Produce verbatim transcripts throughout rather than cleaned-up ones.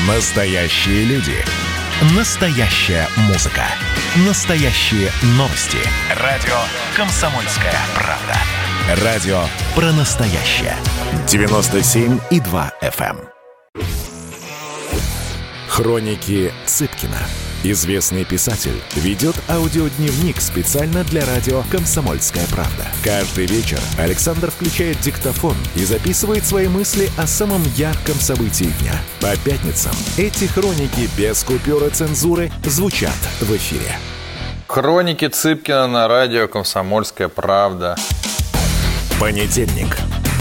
Настоящие люди. Настоящая музыка. Настоящие новости. Радио «Комсомольская правда». Радио про настоящее. девяносто семь и два эф эм. Хроники Цыпкина. Известный писатель ведет аудиодневник специально для радио «Комсомольская правда». Каждый вечер Александр включает диктофон и записывает свои мысли о самом ярком событии дня. По пятницам эти хроники без купюр и цензуры звучат в эфире. Хроники Цыпкина на радио «Комсомольская правда». Понедельник.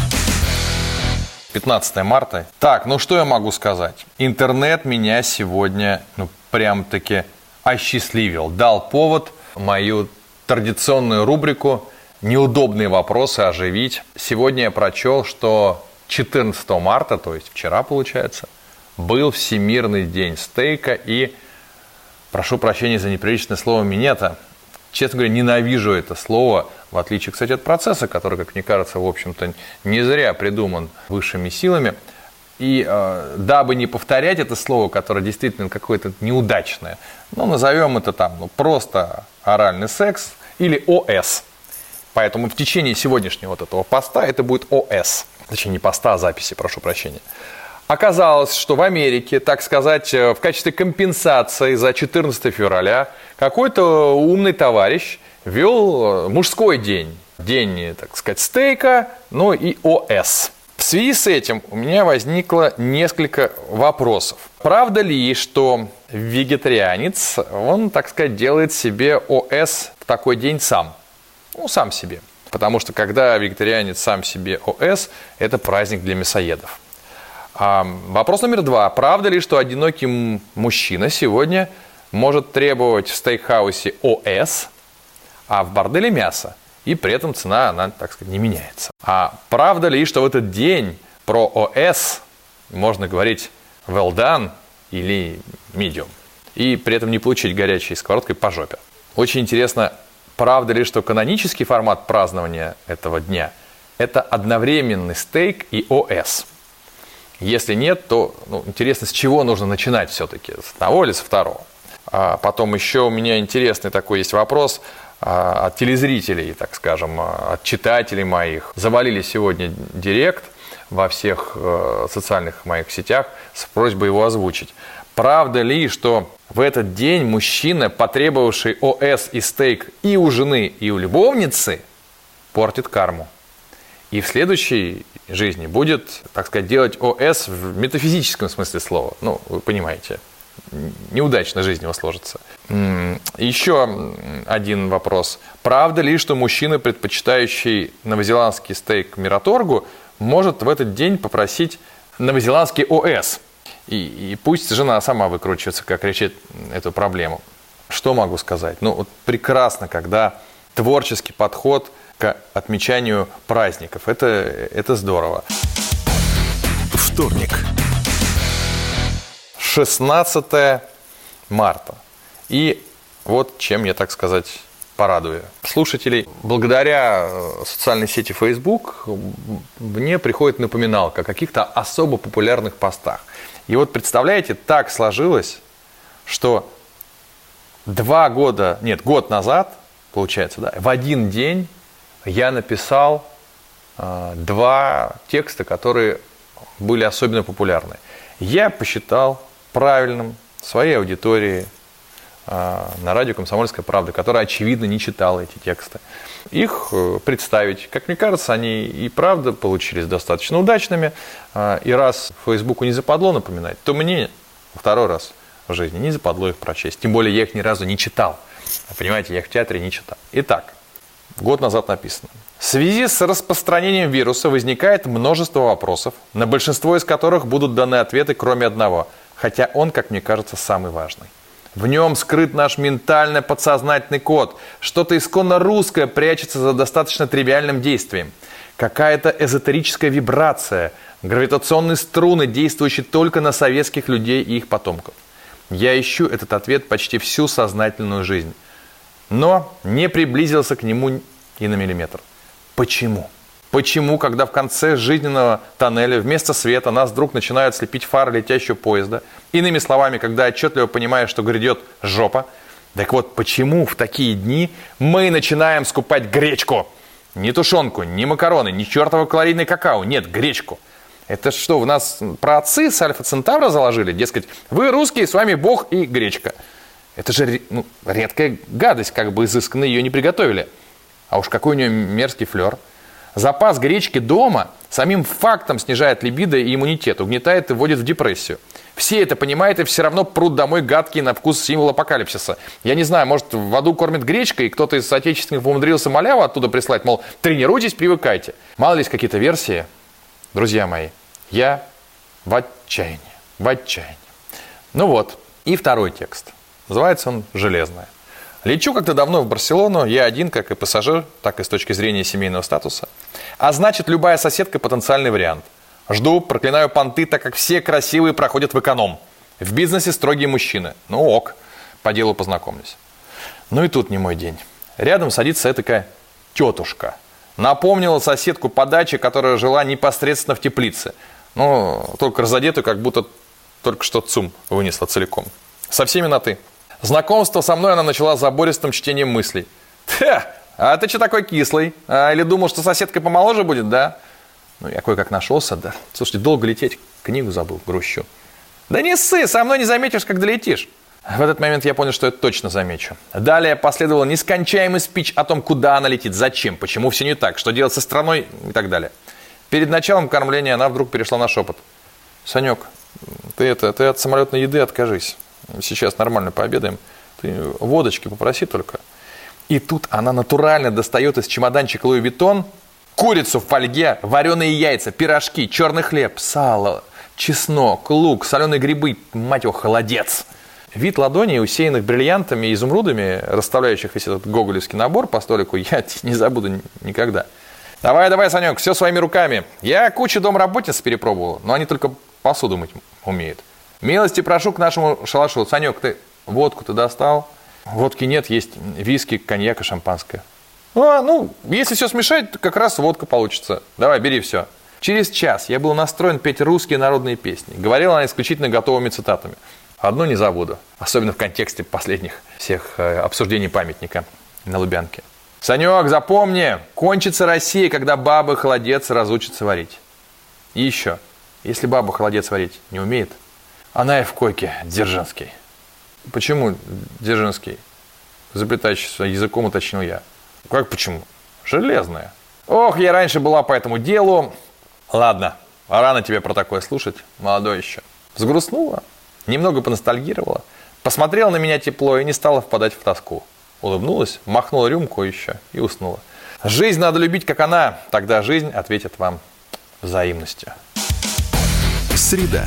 пятнадцатое марта. Так, ну что я могу сказать? Интернет меня сегодня, ну, прям-таки осчастливил. Дал повод мою традиционную рубрику «Неудобные вопросы» оживить. Сегодня я прочел, что четырнадцатого марта, то есть вчера, получается, был Всемирный день стейка. И, прошу прощения за неприличное слово, минета. Честно говоря, ненавижу это слово, в отличие, кстати, от процесса, который, как мне кажется, в общем-то, не зря придуман высшими силами. И э, дабы не повторять это слово, которое действительно какое-то неудачное, ну, назовем это там ну, просто оральный секс или о эс. Поэтому в течение сегодняшнего вот этого поста это будет о эс. Точнее, не поста, а записи, прошу прощения. Оказалось, что в Америке, так сказать, в качестве компенсации за четырнадцатое февраля какой-то умный товарищ ввел мужской день. День, так сказать, стейка, ну и о эс. В связи с этим у меня возникло несколько вопросов. Правда ли, что вегетарианец, он, так сказать, делает себе о эс в такой день сам? Ну, сам себе. Потому что когда вегетарианец сам себе о эс, это праздник для мясоедов. А, вопрос номер два. Правда ли, что одинокий мужчина сегодня может требовать в стейкхаусе о эс, а в борделе мясо? И при этом цена, она, так сказать, не меняется. А правда ли, что в этот день про о эс можно говорить well done или medium, и при этом не получить горячей сковородкой по жопе? Очень интересно, правда ли, что канонический формат празднования этого дня – это одновременный стейк и о эс? Если нет, то ну, интересно, с чего нужно начинать все-таки? С одного или со второго? А потом еще у меня интересный такой есть вопрос – от телезрителей, так скажем, от читателей моих. Завалили сегодня директ во всех э, социальных моих сетях с просьбой его озвучить. Правда ли, что в этот день мужчина, потребовавший о эс и стейк и у жены, и у любовницы, портит карму? И в следующей жизни будет, так сказать, делать о эс в метафизическом смысле слова. Ну, вы понимаете. Неудачно жизнь его сложится. Еще один вопрос. Правда ли, что мужчина, предпочитающий новозеландский стейк мираторгу, может в этот день попросить новозеландский о эс? И, и пусть жена сама выкручивается, как решит эту проблему. Что могу сказать? Ну, вот прекрасно, когда творческий подход к отмечанию праздников. Это, это здорово. Вторник. шестнадцатое марта. И вот чем я, так сказать, порадую слушателей. Благодаря социальной сети Facebook мне приходит напоминалка о каких-то особо популярных постах. И вот представляете, так сложилось, что два года, нет, год назад, получается, да, в один день я написал э, два текста, которые были особенно популярны. Я посчитал правильным своей аудитории э, на радио «Комсомольская правда», которая, очевидно, не читала эти тексты, их э, представить. Как мне кажется, они и правда получились достаточно удачными. Э, и раз Фейсбуку не западло напоминать, то мне второй раз в жизни не западло их прочесть. Тем более я их ни разу не читал. Понимаете, я их в театре не читал. Итак, год назад написано. В связи с распространением вируса возникает множество вопросов, на большинство из которых будут даны ответы, кроме одного – хотя он, как мне кажется, самый важный. В нем скрыт наш ментально-подсознательный код. Что-то исконно русское прячется за достаточно тривиальным действием. Какая-то эзотерическая вибрация, гравитационные струны, действующие только на советских людей и их потомков. Я ищу этот ответ почти всю сознательную жизнь, но не приблизился к нему и на миллиметр. Почему? Почему, когда в конце жизненного тоннеля вместо света нас вдруг начинают слепить фары летящего поезда? Иными словами, когда отчетливо понимаешь, что грядет жопа. Так вот, почему в такие дни мы начинаем скупать гречку? Не тушенку, не макароны, не чертово калорийный какао. Нет, гречку. Это что, в нас праотцы с Альфа Центавра заложили? Дескать, вы русские, с вами Бог и гречка. Это же ну, редкая гадость, как бы изысканно ее не приготовили. А уж какой у нее мерзкий флер. Запас гречки дома самим фактом снижает либидо и иммунитет, угнетает и вводит в депрессию. Все это понимают и все равно прут домой гадкие на вкус символ апокалипсиса. Я не знаю, может, в аду кормят гречкой, и кто-то из соотечественников умудрился маляву оттуда прислать, мол, тренируйтесь, привыкайте. Мало ли есть какие-то версии. Друзья мои, я в отчаянии, в отчаянии. Ну вот, и второй текст. Называется он «Железная». Лечу как-то давно в Барселону, я один, как и пассажир, так и с точки зрения семейного статуса. А значит, любая соседка – потенциальный вариант. Жду, проклинаю понты, так как все красивые проходят в эконом. В бизнесе строгие мужчины. Ну ок, по делу познакомлюсь. Ну и тут не мой день. Рядом садится этакая тетушка. Напомнила соседку по даче, которая жила непосредственно в теплице. Ну, только разодетую, как будто только что ЦУМ вынесла целиком. Со всеми на «ты». Знакомство со мной она начала забористым чтением мыслей. «Ха! А ты что такой кислый? А, или думал, что соседка помоложе будет, да?» Ну, я кое-как нашелся, да. Слушайте, долго лететь, книгу забыл, грущу. «Да не ссы, со мной не заметишь, как долетишь». В этот момент я понял, что я точно замечу. Далее последовал нескончаемый спич о том, куда она летит, зачем, почему все не так, что делать со страной и так далее. Перед началом кормления она вдруг перешла на шепот. «Санек, ты, это, ты от самолетной еды откажись. Сейчас нормально пообедаем. Ты водочки попроси только». И тут она натурально достает из чемоданчика Луи Виттон курицу в фольге, вареные яйца, пирожки, черный хлеб, сало, чеснок, лук, соленые грибы. Мать его, холодец. Вид ладоней, усеянных бриллиантами и изумрудами, расставляющих весь этот гоголевский набор по столику, я не забуду никогда. «Давай, давай, Санек, все своими руками. Я кучу домработниц перепробовал, но они только посуду мыть умеют. Милости прошу к нашему шалашу. Санек, ты водку-то достал?» «Водки нет, есть виски, коньяк и шампанское». «А, ну, если все смешать, то как раз водка получится. Давай, бери все». Через час я был настроен петь русские народные песни. Говорила она исключительно готовыми цитатами. Одну не забуду, особенно в контексте последних всех э, обсуждений памятника на Лубянке. «Санек, запомни, кончится Россия, когда баба холодец разучится варить». И еще, если баба холодец варить не умеет, она и в койке, Дзержинский. «Почему Дзержинский?» Заплетающимся языком уточнил я. «Как почему? Железная». «Ох, я раньше была по этому делу». «Ладно, рано тебе про такое слушать, молодой еще». Взгрустнула, немного поностальгировала, посмотрела на меня тепло и не стала впадать в тоску. Улыбнулась, махнула рюмку еще и уснула. Жизнь надо любить, как она, тогда жизнь ответит вам взаимностью. Среда.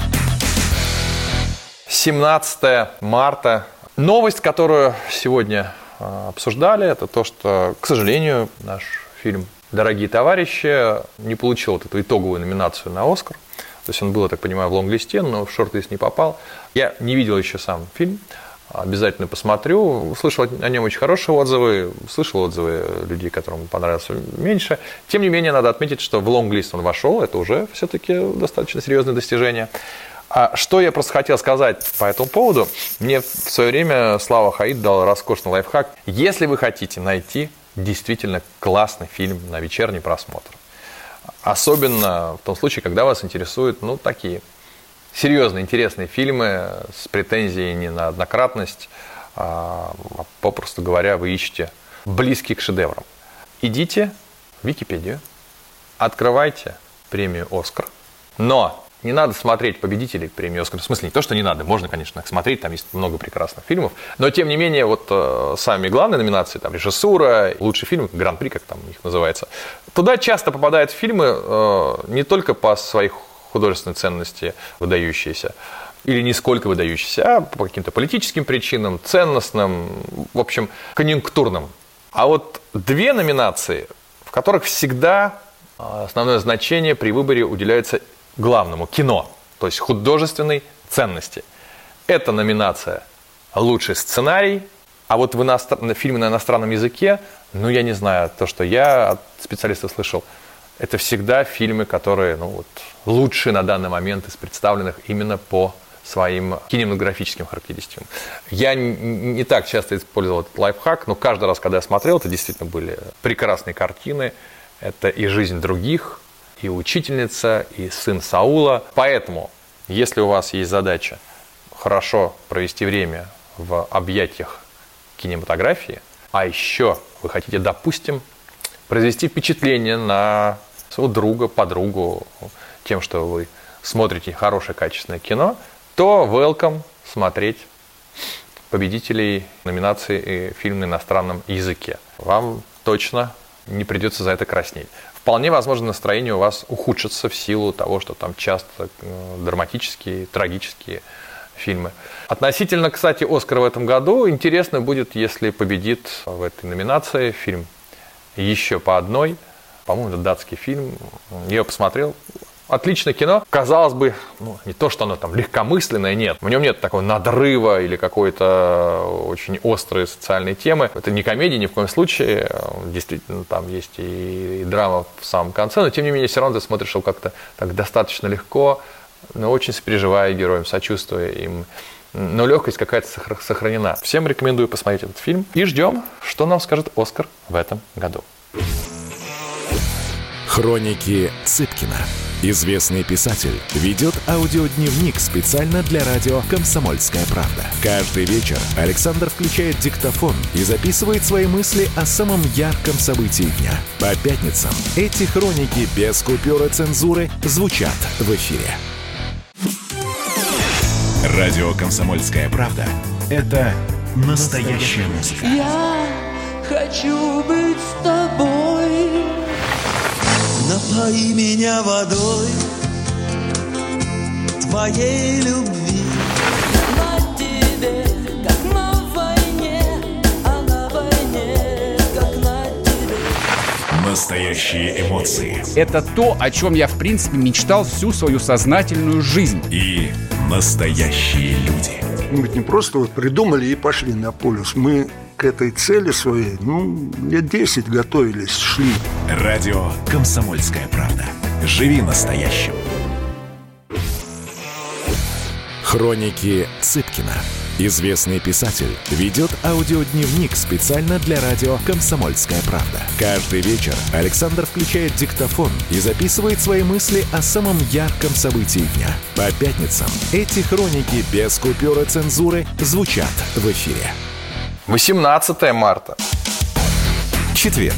семнадцатое марта. Новость, которую сегодня э, обсуждали, это то, что, к сожалению, наш фильм «Дорогие товарищи» не получил вот эту итоговую номинацию на «Оскар». То есть он был, я так понимаю, в лонг-листе, но в шорт-лист не попал. Я не видел еще сам фильм, обязательно посмотрю. Слышал о нем очень хорошие отзывы, слышал отзывы людей, которым понравился меньше. Тем не менее, надо отметить, что в лонг-лист он вошел, это уже все-таки достаточно серьезное достижение. А что я просто хотел сказать по этому поводу? Мне в свое время Слава Хаид дал роскошный лайфхак. Если вы хотите найти действительно классный фильм на вечерний просмотр, особенно в том случае, когда вас интересуют, ну, такие серьезные, интересные фильмы с претензией не на однократность, а попросту говоря, вы ищете близкие к шедеврам. Идите в Википедию, открывайте премию «Оскар», но не надо смотреть победителей премии «Оскар». В смысле, не то, что не надо, можно, конечно, их смотреть, там есть много прекрасных фильмов, но, тем не менее, вот э, сами главные номинации, там, режиссура, лучший фильм, гран-при, как там у них называется, туда часто попадают фильмы э, не только по своей художественной ценности выдающиеся, или нисколько выдающиеся, а по каким-то политическим причинам, ценностным, в общем, конъюнктурным. А вот две номинации, в которых всегда основное значение при выборе уделяется главному – кино, то есть художественной ценности. Это номинация «Лучший сценарий», а вот в иностран... фильме на иностранном языке, ну, я не знаю, то, что я от специалистов слышал, это всегда фильмы, которые ну, вот, лучшие на данный момент из представленных именно по своим кинематографическим характеристикам. Я не так часто использовал этот лайфхак, но каждый раз, когда я смотрел, это действительно были прекрасные картины. Это и «Жизнь других», и «Учительница», и «Сын Саула». Поэтому, если у вас есть задача хорошо провести время в объятиях кинематографии, а еще вы хотите, допустим, произвести впечатление на своего друга, подругу тем, что вы смотрите хорошее, качественное кино, то welcome смотреть победителей номинации «Фильм на иностранном языке». Вам точно не придется за это краснеть. Вполне возможно, настроение у вас ухудшится в силу того, что там часто драматические, трагические фильмы. Относительно, кстати, «Оскара» в этом году интересно будет, если победит в этой номинации фильм «Еще по одной». По-моему, это датский фильм. Я его посмотрел. Отличное кино. Казалось бы, ну, не то, что оно там легкомысленное, нет. В нем нет такого надрыва или какой-то очень острой социальной темы. Это не комедия ни в коем случае. Действительно, там есть и, и драма в самом конце, но тем не менее, все равно ты смотришь его как-то так достаточно легко, но очень сопереживая героям, сочувствуя им. Но легкость какая-то сохранена. Всем рекомендую посмотреть этот фильм. И ждем, что нам скажет «Оскар» в этом году. Хроники Цыпкина. Известный писатель ведет аудиодневник специально для радио «Комсомольская правда». Каждый вечер Александр включает диктофон и записывает свои мысли о самом ярком событии дня. По пятницам эти хроники без купюр и цензуры звучат в эфире. Радио «Комсомольская правда» — это настоящая музыка. Я хочу быть с тобой. Напои меня водой твоей любви. На тебе, как на войне, а на войне, как на тебе. Настоящие эмоции. Это то, о чем я, в принципе, мечтал всю свою сознательную жизнь. И настоящие люди. Мы ведь не просто вот придумали и пошли на полюс. Мы к этой цели своей, ну, лет десять готовились, шли. Радио «Комсомольская правда». Живи настоящим. Хроники Цыпкина. Известный писатель ведет аудиодневник специально для радио «Комсомольская правда». Каждый вечер Александр включает диктофон и записывает свои мысли о самом ярком событии дня. По пятницам эти хроники без купюр и цензуры звучат в эфире. восемнадцатое марта. Четверг.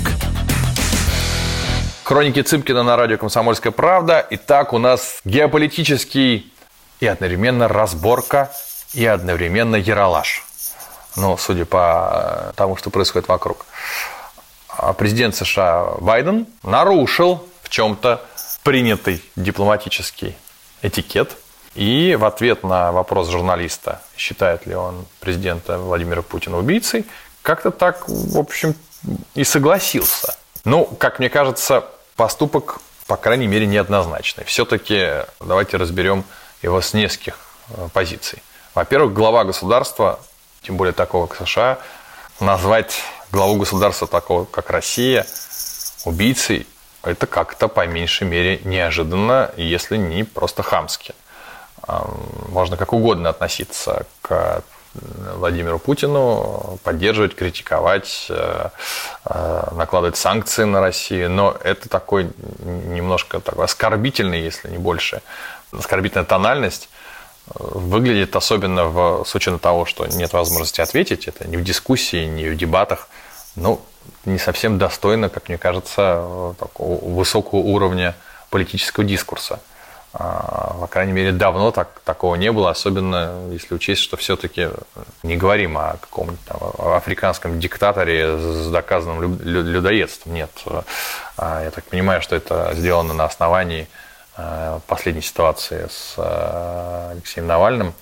Хроники Цыпкина на радио «Комсомольская правда». Итак, у нас геополитический и одновременно разборка, и одновременно яролаж. Ну, судя по тому, что происходит вокруг. Президент США Байден нарушил в чем-то принятый дипломатический этикет. И в ответ на вопрос журналиста, считает ли он президента Владимира Путина убийцей, как-то так, в общем, и согласился. Ну, как мне кажется, поступок, по крайней мере, неоднозначный. Все-таки давайте разберем его с нескольких позиций. Во-первых, глава государства, тем более такого, как США, назвать главу государства такого, как Россия, убийцей, это как-то, по меньшей мере, неожиданно, если не просто хамски. Можно как угодно относиться к Владимиру Путину, поддерживать, критиковать, накладывать санкции на Россию, но это такой немножко такой оскорбительный, если не больше, оскорбительная тональность выглядит, особенно в, с учетом того, что нет возможности ответить, это не в дискуссии, не в дебатах, ну, не совсем достойно, как мне кажется, такого высокого уровня политического дискурса. По крайней мере, давно так, такого не было, особенно если учесть, что все-таки не говорим о каком-нибудь там африканском диктаторе с доказанным людоедством. Нет. Я так понимаю, что это сделано на основании последней ситуации с Алексеем Навальным.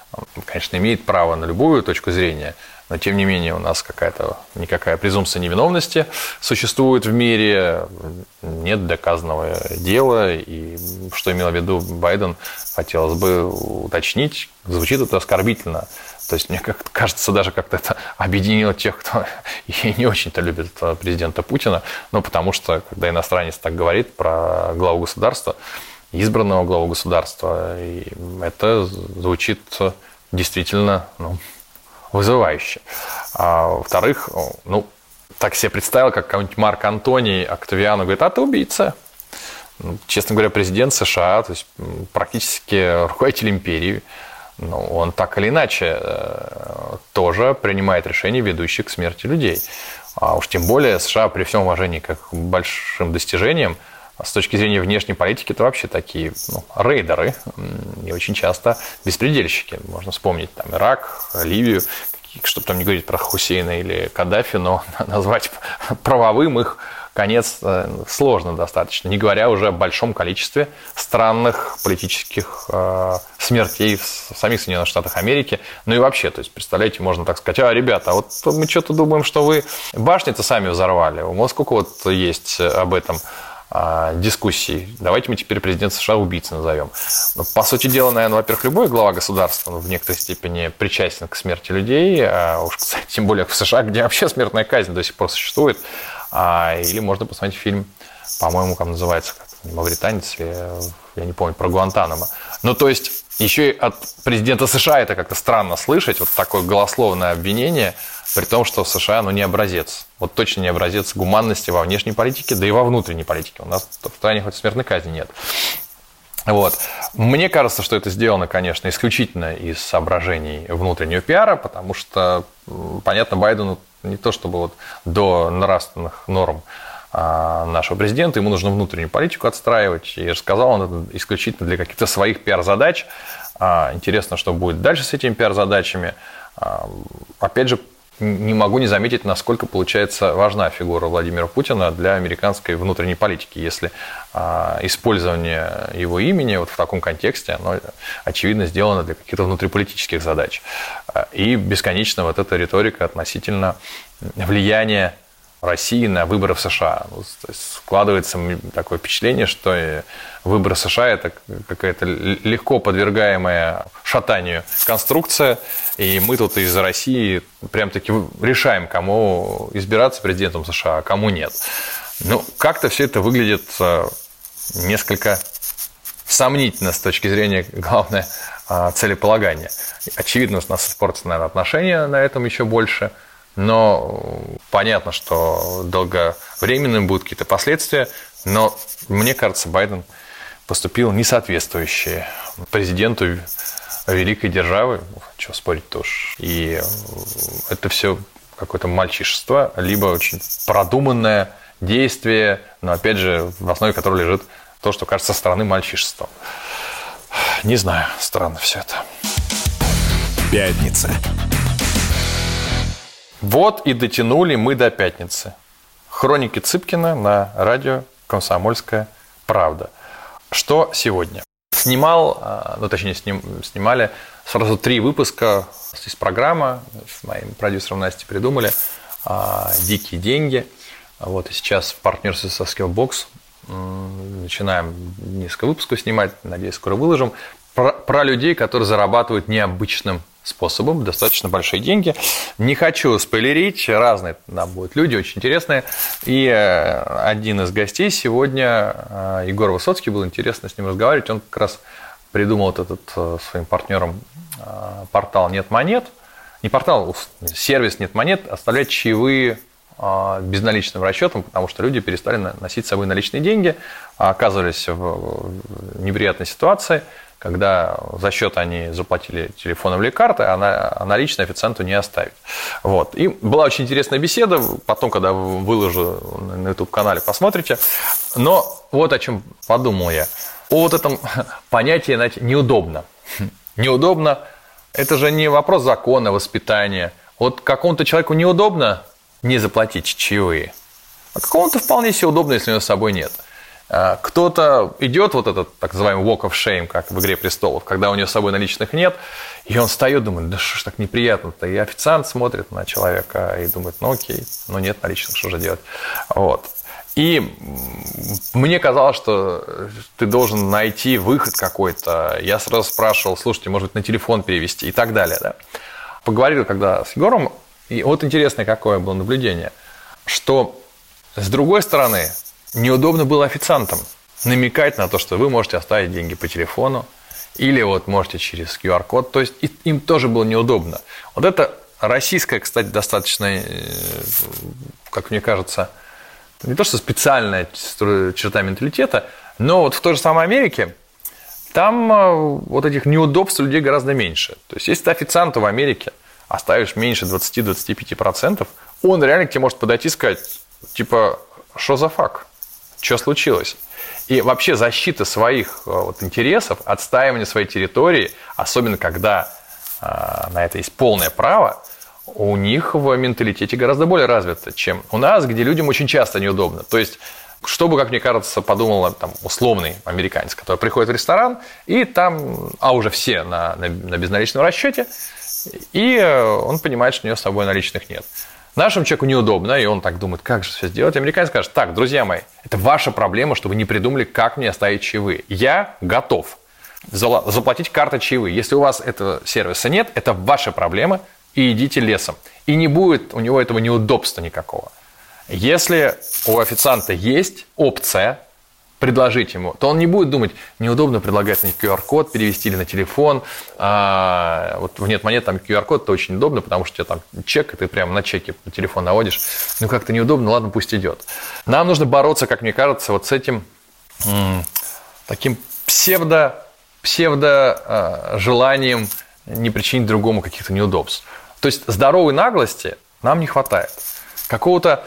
конечно, имеет право на любую точку зрения, но, тем не менее, у нас какая-то никакая презумпция невиновности существует в мире, нет доказанного дела, и что имел в виду Байден, хотелось бы уточнить, звучит это оскорбительно. То есть, мне как кажется, даже как-то это объединило тех, кто и не очень-то любит президента Путина, ну, потому что, когда иностранец так говорит про главу государства, избранного главу государства, и это звучит действительно, ну, вызывающе. А во-вторых, ну, так себе представил, как какой-нибудь Марк Антоний Октавиану говорит, а ты убийца. Ну, честно говоря, президент США, то есть практически руководитель империи, ну, он так или иначе тоже принимает решения, ведущие к смерти людей. А уж тем более США, при всем уважении к большим достижениям, с точки зрения внешней политики, это вообще такие, ну, рейдеры, и очень часто беспредельщики. Можно вспомнить там Ирак, Ливию, чтобы там не говорить про Хусейна или Каддафи, но назвать правовым их конец сложно достаточно, не говоря уже о большом количестве странных политических э, смертей в самих Соединенных Штатах Америки, ну и вообще, то есть, представляете, можно так сказать, а, ребята, вот мы что-то думаем, что вы башни-то сами взорвали, у вас сколько вот есть об этом дискуссий. Давайте мы теперь президента США убийцы назовем. Но, по сути дела, наверное, во-первых, любой глава государства в некоторой степени причастен к смерти людей, а уж, кстати, тем более в США, где вообще смертная казнь до сих пор существует. Или можно посмотреть фильм, по-моему, как называется, как «Мавританец», или я не помню, про Гуантанамо. Ну, то есть, еще и от президента США это как-то странно слышать, вот такое голословное обвинение, при том, что США, ну, не образец. Вот точно не образец гуманности во внешней политике, да и во внутренней политике. У нас в стране хоть смертной казни нет. Вот. Мне кажется, что это сделано, конечно, исключительно из соображений внутреннего пиара, потому что, понятно, Байдену не то чтобы вот до нравственных норм нашего президента, ему нужно внутреннюю политику отстраивать, и рассказал он это исключительно для каких-то своих пиар-задач. Интересно, что будет дальше с этими пиар-задачами. Опять же, не могу не заметить, насколько получается важна фигура Владимира Путина для американской внутренней политики, если использование его имени вот в таком контексте, оно, очевидно, сделано для каких-то внутриполитических задач. И бесконечно вот эта риторика относительно влияния России на выборы в США. То есть складывается такое впечатление, что выборы в США – это какая-то легко подвергаемая шатанию конструкция, и мы тут из России прям-таки решаем, кому избираться президентом США, а кому нет. Ну, как-то все это выглядит несколько сомнительно с точки зрения, главное, целеполагания. Очевидно, у нас испортятся, наверное, отношения на этом еще больше. Но понятно, что долговременными будут какие-то последствия, но мне кажется, Байден поступил несоответствующе президенту великой державы, чего спорить-то уж. И это все какое-то мальчишество, либо очень продуманное действие, но опять же в основе которого лежит то, что кажется со стороны мальчишеством. Не знаю, странно все это. Пятница. Вот и дотянули мы до пятницы. Хроники Цыпкина на радио «Комсомольская правда». Что сегодня? Снимал, ну точнее сним, снимали сразу три выпуска из программы, с моим продюсером Настей придумали, «Дикие деньги». Вот и сейчас в партнерстве со Skillbox начинаем несколько выпусков снимать, надеюсь, скоро выложим, про, про людей, которые зарабатывают необычным способом, достаточно большие деньги. Не хочу спойлерить, разные там будут люди, очень интересные. И один из гостей сегодня, Егор Высоцкий, было интересно с ним разговаривать. Он как раз придумал вот этот своим партнером портал «Нет монет». Не портал, сервис «Нет монет», оставлять чаевые безналичным расчетом, потому что люди перестали носить с собой наличные деньги, оказывались в неприятной ситуации, когда за счет они заплатили телефоном или картой, а наличные официанту не оставить. Вот. И была очень интересная беседа, потом, когда выложу на YouTube-канале, посмотрите. Но вот о чем подумал я. О вот этом понятии, знаете, неудобно. Неудобно – это же не вопрос закона, воспитания. Вот какому-то человеку неудобно не заплатить чаевые, а какому-то вполне себе удобно, если у него с собой нет. Кто-то идет, вот этот так называемый walk of shame, как в «Игре престолов», когда у него с собой наличных нет, и он встает, думает, да что ж так неприятно-то. И официант смотрит на человека и думает, ну окей, ну нет наличных, что же делать. Вот. И мне казалось, что ты должен найти выход какой-то. Я сразу спрашивал, слушайте, может быть, на телефон перевести и так далее. Да? Поговорил когда с Егором, и вот интересное какое было наблюдение, что с другой стороны, неудобно было официантам намекать на то, что вы можете оставить деньги по телефону или вот можете через ку ар код. То есть им тоже было неудобно. Вот это российская, кстати, достаточно, как мне кажется, не то что специальная черта менталитета, но вот в той же самой Америке там вот этих неудобств у людей гораздо меньше. То есть если ты официанту в Америке оставишь меньше двадцать-двадцать пять процентов, он реально к тебе может подойти и сказать, типа, что за фак? Что случилось? И вообще защита своих вот, интересов, отстаивание своей территории, особенно когда э, на это есть полное право, у них в менталитете гораздо более развито, чем у нас, где людям очень часто неудобно. То есть, что бы, как мне кажется, подумал там, условный американец, который приходит в ресторан, и там, а уже все на, на, на безналичном расчете, и он понимает, что у него с собой наличных нет. Нашему человеку неудобно, и он так думает, как же все сделать. Американец скажет, так, друзья мои, это ваша проблема, что вы не придумали, как мне оставить чаевые. Я готов заплатить картой чаевые. Если у вас этого сервиса нет, это ваша проблема, и идите лесом. И не будет у него этого неудобства никакого. Если у официанта есть опция предложить ему, то он не будет думать, неудобно предлагать на ку ар код перевести или на телефон. А, вот в «Нет монет» там ку ар код это очень удобно, потому что у тебя там чек, и ты прямо на чеке на телефон наводишь. Ну, как-то неудобно, ладно, пусть идет. Нам нужно бороться, как мне кажется, вот с этим м- таким псевдо, псевдо э, желанием не причинить другому каких-то неудобств. То есть здоровой наглости нам не хватает. Какого-то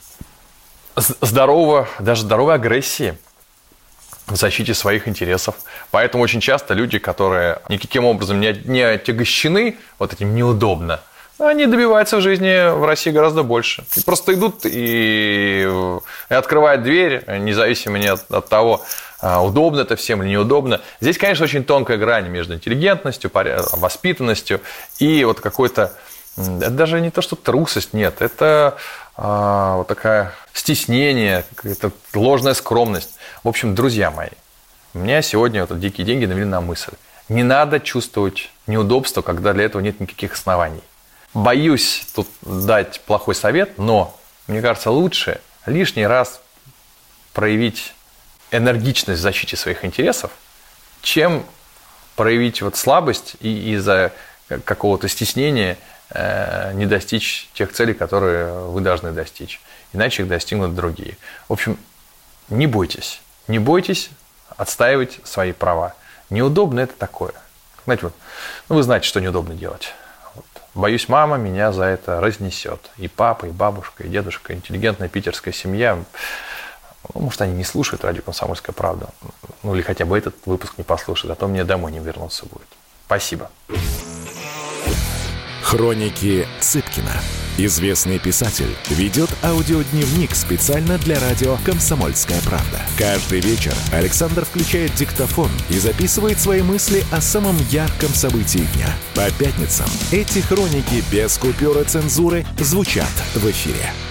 здорового, даже здоровой агрессии в защите своих интересов. Поэтому очень часто люди, которые никаким образом не, не отягощены вот этим неудобно, они добиваются в жизни в России гораздо больше. И просто идут и, и открывают дверь, независимо от, от того, удобно это всем или неудобно. Здесь, конечно, очень тонкая грань между интеллигентностью, воспитанностью и вот какой-то, это даже не то, что трусость, нет, это а, вот такая стеснение, какая-то ложная скромность. В общем, друзья мои, меня сегодня вот «Дикие деньги» навели на мысль. Не надо чувствовать неудобство, когда для этого нет никаких оснований. Боюсь тут дать плохой совет, но, мне кажется, лучше лишний раз проявить энергичность в защите своих интересов, чем проявить вот слабость и из-за какого-то стеснения э, не достичь тех целей, которые вы должны достичь. Иначе их достигнут другие. В общем, не бойтесь. Не бойтесь отстаивать свои права. Неудобно это такое. Знаете, вот, ну вы знаете, что неудобно делать. Вот. Боюсь, мама меня за это разнесет. И папа, и бабушка, и дедушка, интеллигентная питерская семья. Ну, может, они не слушают радио «Комсомольская правда». Ну, или хотя бы этот выпуск не послушают, а то мне домой не вернуться будет. Спасибо. Хроники Цыпкина. Известный писатель ведет аудиодневник специально для радио «Комсомольская правда». Каждый вечер Александр включает диктофон и записывает свои мысли о самом ярком событии дня. По пятницам эти хроники без купюр и цензуры звучат в эфире.